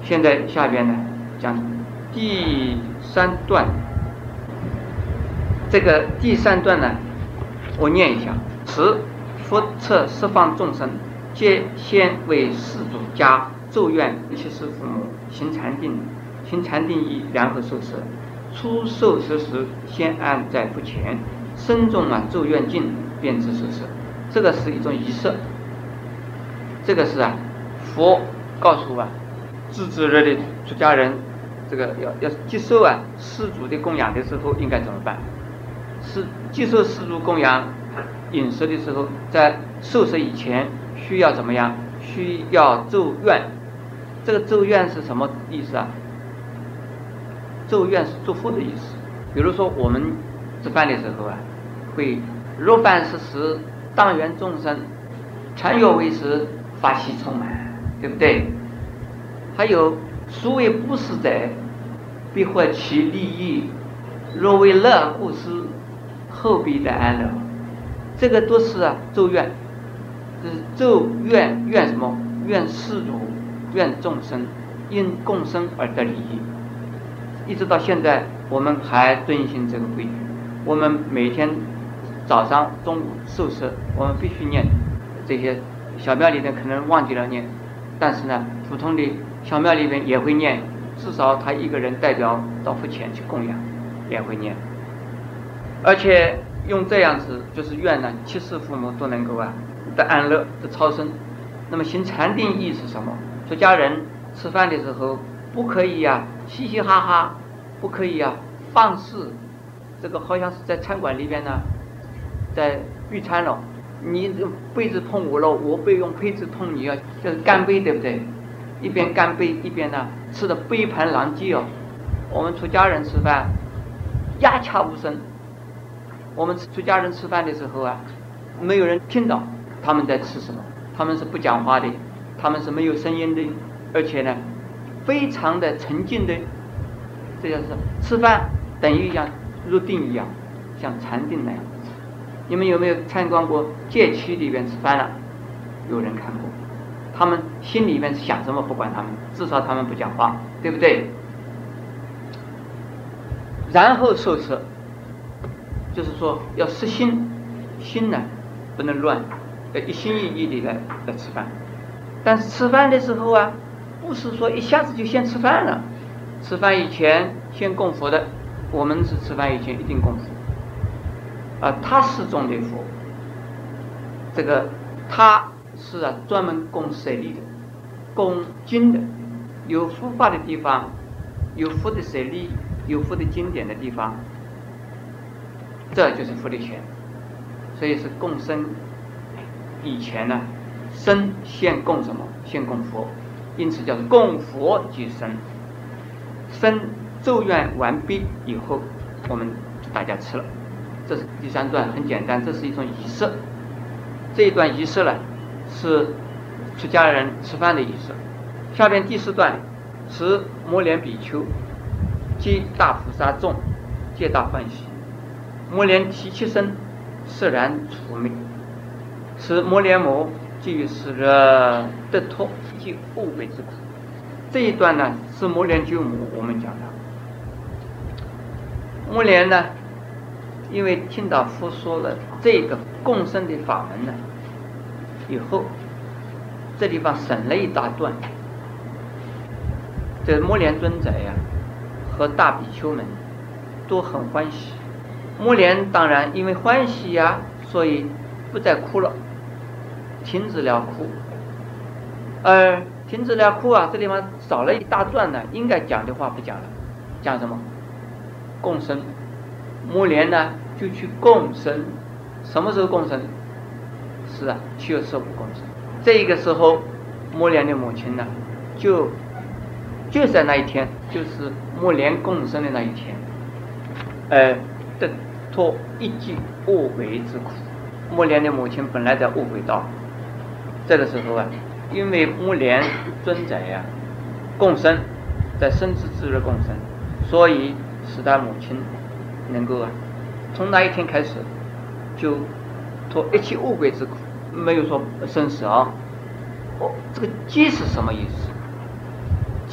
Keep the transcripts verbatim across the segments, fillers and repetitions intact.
现在下边呢讲第三段，这个第三段呢，我念一下：此佛测十方众生，皆先为世主家咒愿七世父母行禅定，行禅定义，然后受舍。初受舍时，先安在腹前，身中啊咒愿尽，便知受舍。这个是一种仪式。这个是啊，佛告诉啊，自知热的出家人，这个要要接受啊施主的供养的时候应该怎么办？是接受施主供养饮食的时候，在受舍以前需要怎么样？需要咒愿。这个咒愿是什么意思啊？咒愿是祝福的意思。比如说我们吃饭的时候啊，会若饭时时，当愿众生禅悦为食，法喜充满，对不对？还有所谓布施者，必获其利益，若为乐故施，后必得安乐。这个都是啊咒愿，这是咒愿，愿什么？愿施主，愿众生因共生而得利益。一直到现在，我们还遵循这个规矩。我们每天早上、中午受舍，我们必须念这些。小庙里面可能忘记了念，但是呢，普通的小庙里面也会念，至少他一个人代表到佛前去供养，也会念。而且用这样子，就是愿呢，七世父母都能够啊得安乐、得超生。那么行禅定义是什么？出家人吃饭的时候不可以呀、啊、嘻嘻哈哈，不可以呀、啊、放肆。这个好像是在餐馆里边呢，在聚餐了，你用杯子碰我了，我不用杯子碰你啊，就是干杯，对不对？一边干杯一边呢吃的杯盘狼藉哦。我们出家人吃饭鸦洽无声，我们出家人吃饭的时候啊，没有人听到他们在吃什么，他们是不讲话的，他们是没有声音的，而且呢非常的沉静的。这就是吃饭等于像入定一样，像禅定那样。你们有没有参观过戒区里边吃饭了？有人看过，他们心里面想什么不管他们，至少他们不讲话，对不对？然后受舍，就是说要实心，心呢不能乱，要一心一意的来来吃饭。但是吃饭的时候啊，不是说一下子就先吃饭了，吃饭以前先供佛的。我们是吃饭以前一定供佛啊，他是中的佛，这个他是啊专门供舍利的，供经的。有佛法的地方，有佛的舍利，有佛的经典的地方，这就是佛的钱。所以是供生以前呢，生先供什么？先供佛，因此叫做供佛即生。生咒愿完毕以后，我们大家吃了。这是第三段，很简单，这是一种仪式。这一段仪式呢，是出家人吃饭的仪式。下边第四段，持摩连比丘及大菩萨众，皆大欢喜。摩连提起身，释然除灭。此摩连母即于是热得脱及无悲之苦。这一段呢，是摩连救母我们讲的。摩连呢，因为听到佛说了这个共生的法门呢，以后这地方省了一大段。这摩连尊者呀和大比丘们都很欢喜。摩连当然因为欢喜呀，所以不再哭了，停止了哭。而停止了哭啊，这地方少了一大段呢，应该讲的话不讲了，讲什么？共生。摩连呢就去共生。什么时候共生？是啊，七月十五共生。这个时候摩连的母亲呢就就在那一天，就是摩连共生的那一天，呃得脱一记恶鬼之苦。摩连的母亲本来在恶鬼道，这个时候啊，因为摩连尊者呀共生，在生之之日共生，所以使他母亲能够啊，从那一天开始就脱一切恶鬼之苦，没有说生死啊。哦，这个鸡是什么意思？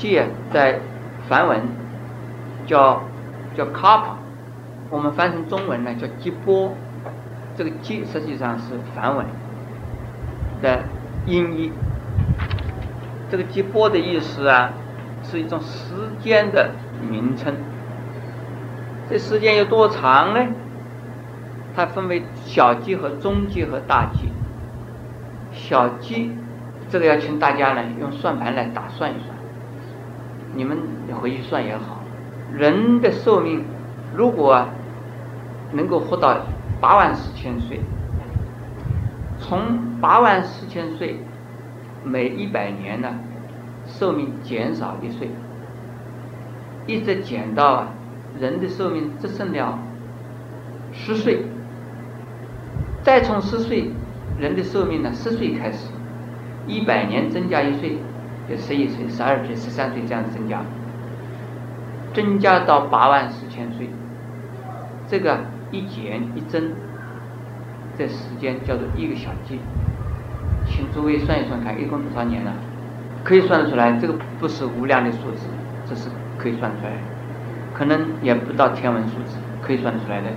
鸡啊，在梵文叫叫 kappa， 我们翻成中文呢叫鸡钵。这个鸡实际上是梵文的音译。这个鸡钵的意思啊，是一种时间的名称。这时间有多长呢？它分为小鸡和中鸡和大鸡。小鸡，这个要请大家呢用算盘来打算一算，你们回去算也好。人的寿命如果、啊、能够活到八万四千岁，从八万四千岁每一百年呢，寿命减少一岁，一直减到啊，人的寿命只剩了十岁，再从十岁，人的寿命呢十岁开始，一百年增加一岁，就十一岁、十二岁、十三岁这样增加，增加到八万四千岁。这个一减一增，这时间叫做一个小鸡。请诸位算一算看，一共多少年了？可以算得出来，这个不是无量的数字，这是可以算出来的，可能也不到天文数字，可以算得出来的。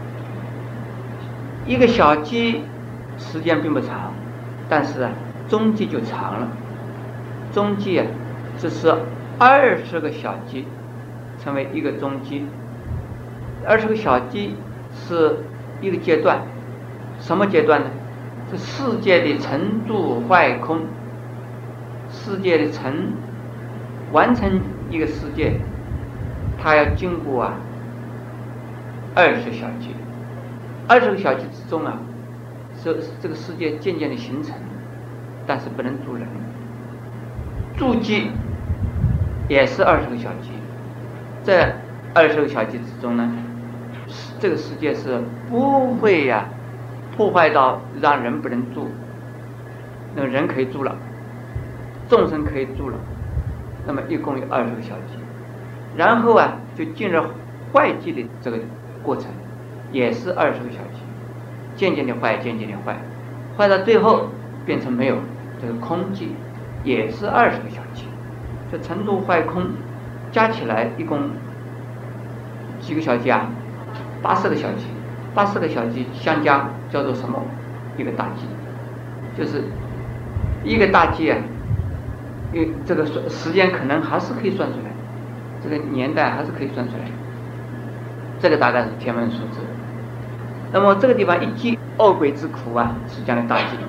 一个小鸡时间并不长，但是啊，中鸡就长了。中鸡啊，这是二十个小鸡成为一个中鸡。二十个小鸡是一个阶段，什么阶段呢？是世界的成住坏空。世界的成，完成一个世界，它要经过啊二十小鸡。二十个小鸡之中啊，这这个世界渐渐的形成，但是不能住人。住鸡也是二十个小鸡，在二十个小鸡之中呢，这个世界是不会呀、啊、破坏到让人不能住，那么人可以住了，众生可以住了，那么一共有二十个小鸡。然后啊，就进入坏鸡的这个过程，也是二十个小鸡，渐渐的坏，渐渐的坏，坏到最后变成没有这个空寂，也是二十个小鸡。这成住坏空加起来一共几个小鸡啊？八十个小鸡，八十个小鸡相加叫做什么？一个大鸡，就是一个大鸡啊。因为这个时间可能还是可以算出来，这个年代还是可以算出来，这个大概是天文数字。那么这个地方一鸡，饿鬼之苦啊，是这样的大鸡。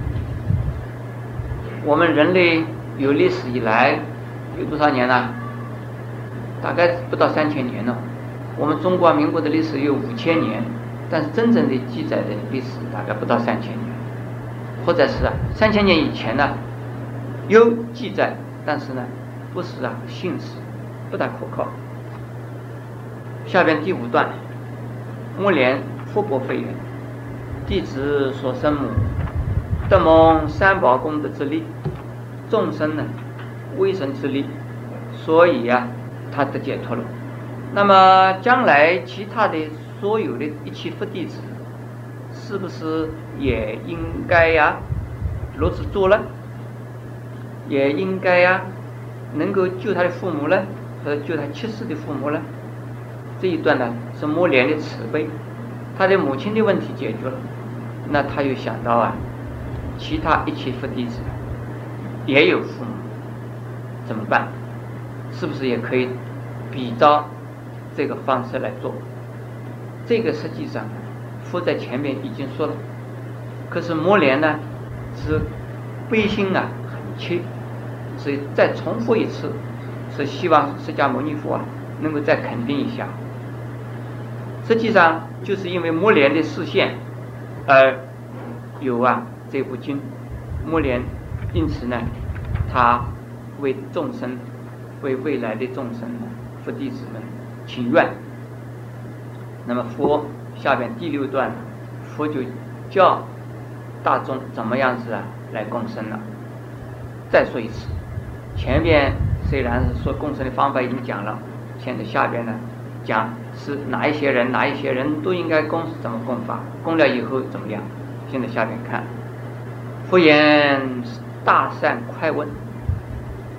我们人类有历史以来有多少年呢？大概不到三千年了。我们中国民国的历史有五千年，但是真正的记载的历史大概不到三千年，或者是啊三千年以前呢有记载，但是呢不是啊信史，不大可靠。下边第五段，末年佛伯非言：弟子所生母，得蒙三宝功德之力，众生呢威神之力，所以啊他得解脱了。那么将来其他的所有的一切佛弟子，是不是也应该呀、啊、如此做呢？也应该呀、啊、能够救他的父母呢，或者救他去世的父母呢？这一段呢是末年的慈悲，他的母亲的问题解决了，那他又想到啊其他一切佛弟子也有父母，怎么办？是不是也可以比照这个方式来做？这个实际上佛在前面已经说了，可是末年呢是悲心啊很切，所以再重复一次，是希望释迦牟尼佛啊能够再肯定一下。实际上就是因为末年的视线而有啊这部经。末年因此呢他为众生，为未来的众生佛弟子们请愿。那么佛下边第六段，佛就教大众怎么样子啊来共生了。再说一次，前边虽然是说共生的方法已经讲了，现在下边呢讲是哪一些人哪一些人都应该供怎么供法，供了以后怎么样。现在下边看，佛言大善快问，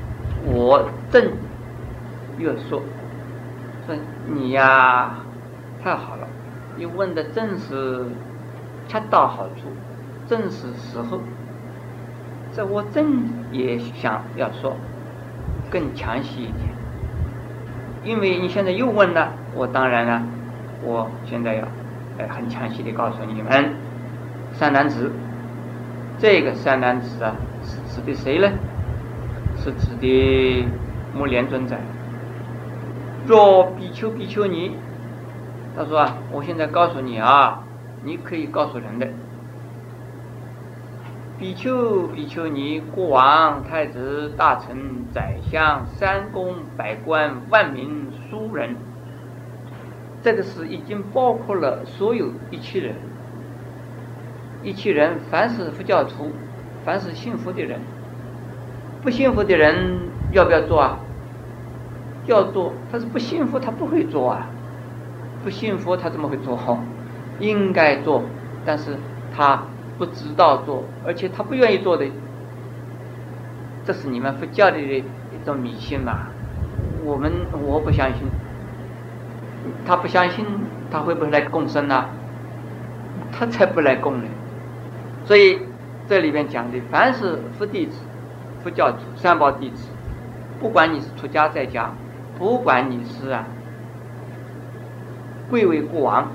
我正又说说你呀，太好了，你问的正是恰到好处，正是时候。这我正也想要说更详细一点，因为你现在又问了，我当然了，我现在要呃很详细的告诉你们，三男子，这个三男子啊是指的谁呢？是指的目连尊者。若比丘比丘尼，他说啊，我现在告诉你啊，你可以告诉人的。比丘比丘尼，国王、太子、大臣、宰相、三公、百官、万民、庶人，这个是已经包括了所有一切人。一切人，凡是佛教徒，凡是信佛的人，不信佛的人要不要做啊？要做，但是不信佛他不会做啊。不信佛他怎么会做？应该做，但是他不知道做，而且他不愿意做的，这是你们佛教的一种迷信嘛？我们我不相信，他不相信，他会不会来供生呢？他才不来供呢。所以这里边讲的，凡是佛弟子、佛教徒、三宝弟子，不管你是出家在家，不管你是啊贵为国王，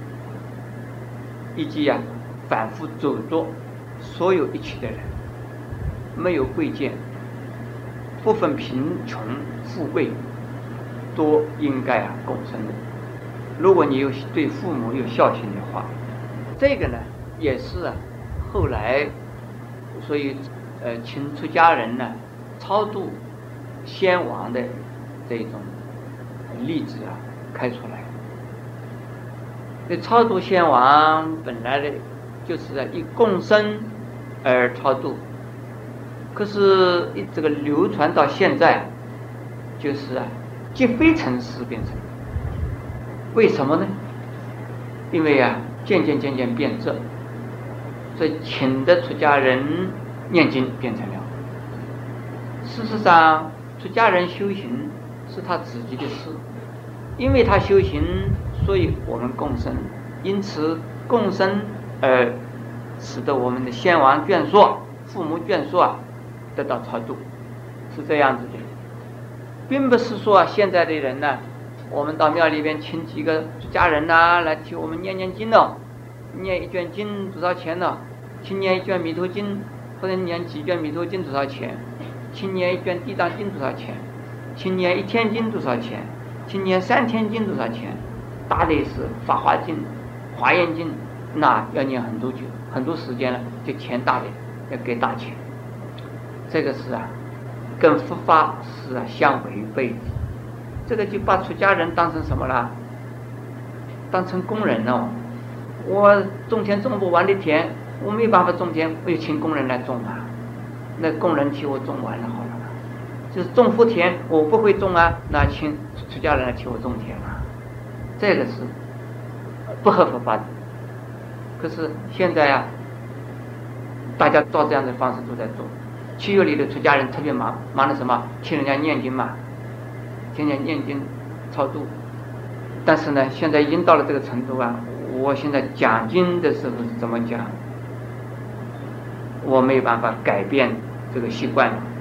以及啊反复走着所有一切的人，没有贵贱，不分贫穷富贵，都应该啊共生的。如果你有对父母有孝心的话，这个呢也是啊后来所以呃请出家人呢超度先王的这种例子啊开出来。这超度先王本来的就是啊以共生而超度，可是这个流传到现在就是啊积非成是变成。为什么呢？因为啊渐渐渐渐变质，所以请的出家人念经变成了。事实上出家人修行是他自己的事，因为他修行，所以我们共生，因此共生而使得我们的先王眷属、父母眷属啊得到超度，是这样子的，并不是说现在的人呢，我们到庙里边请几个出家人呐、啊、来替我们念念经哦，念一卷经多少钱呢？请念一卷弥陀经，或者念几卷弥陀经多少钱？请念一卷地藏经多少钱？请念一天经多少钱？请念三天经多少钱？大类是法华经、华严经，那要念很多久，很多时间了，就钱大的要给大钱。这个是啊，跟佛法是啊相违背的。这个就把出家人当成什么了？当成工人哦。我种田种不完的田，我没办法种田，我就请工人来种啊。那工人替我种完了好了，就是种福田我不会种啊，那请出家人来替我种田啊。这个是不合佛法的。可是现在啊，大家照这样的方式都在做。七月里的出家人特别忙，忙的什么？请人家念经嘛，天天念经超度。但是呢，现在已经到了这个程度啊，我现在讲经的时候是怎么讲，我没有办法改变这个习惯了。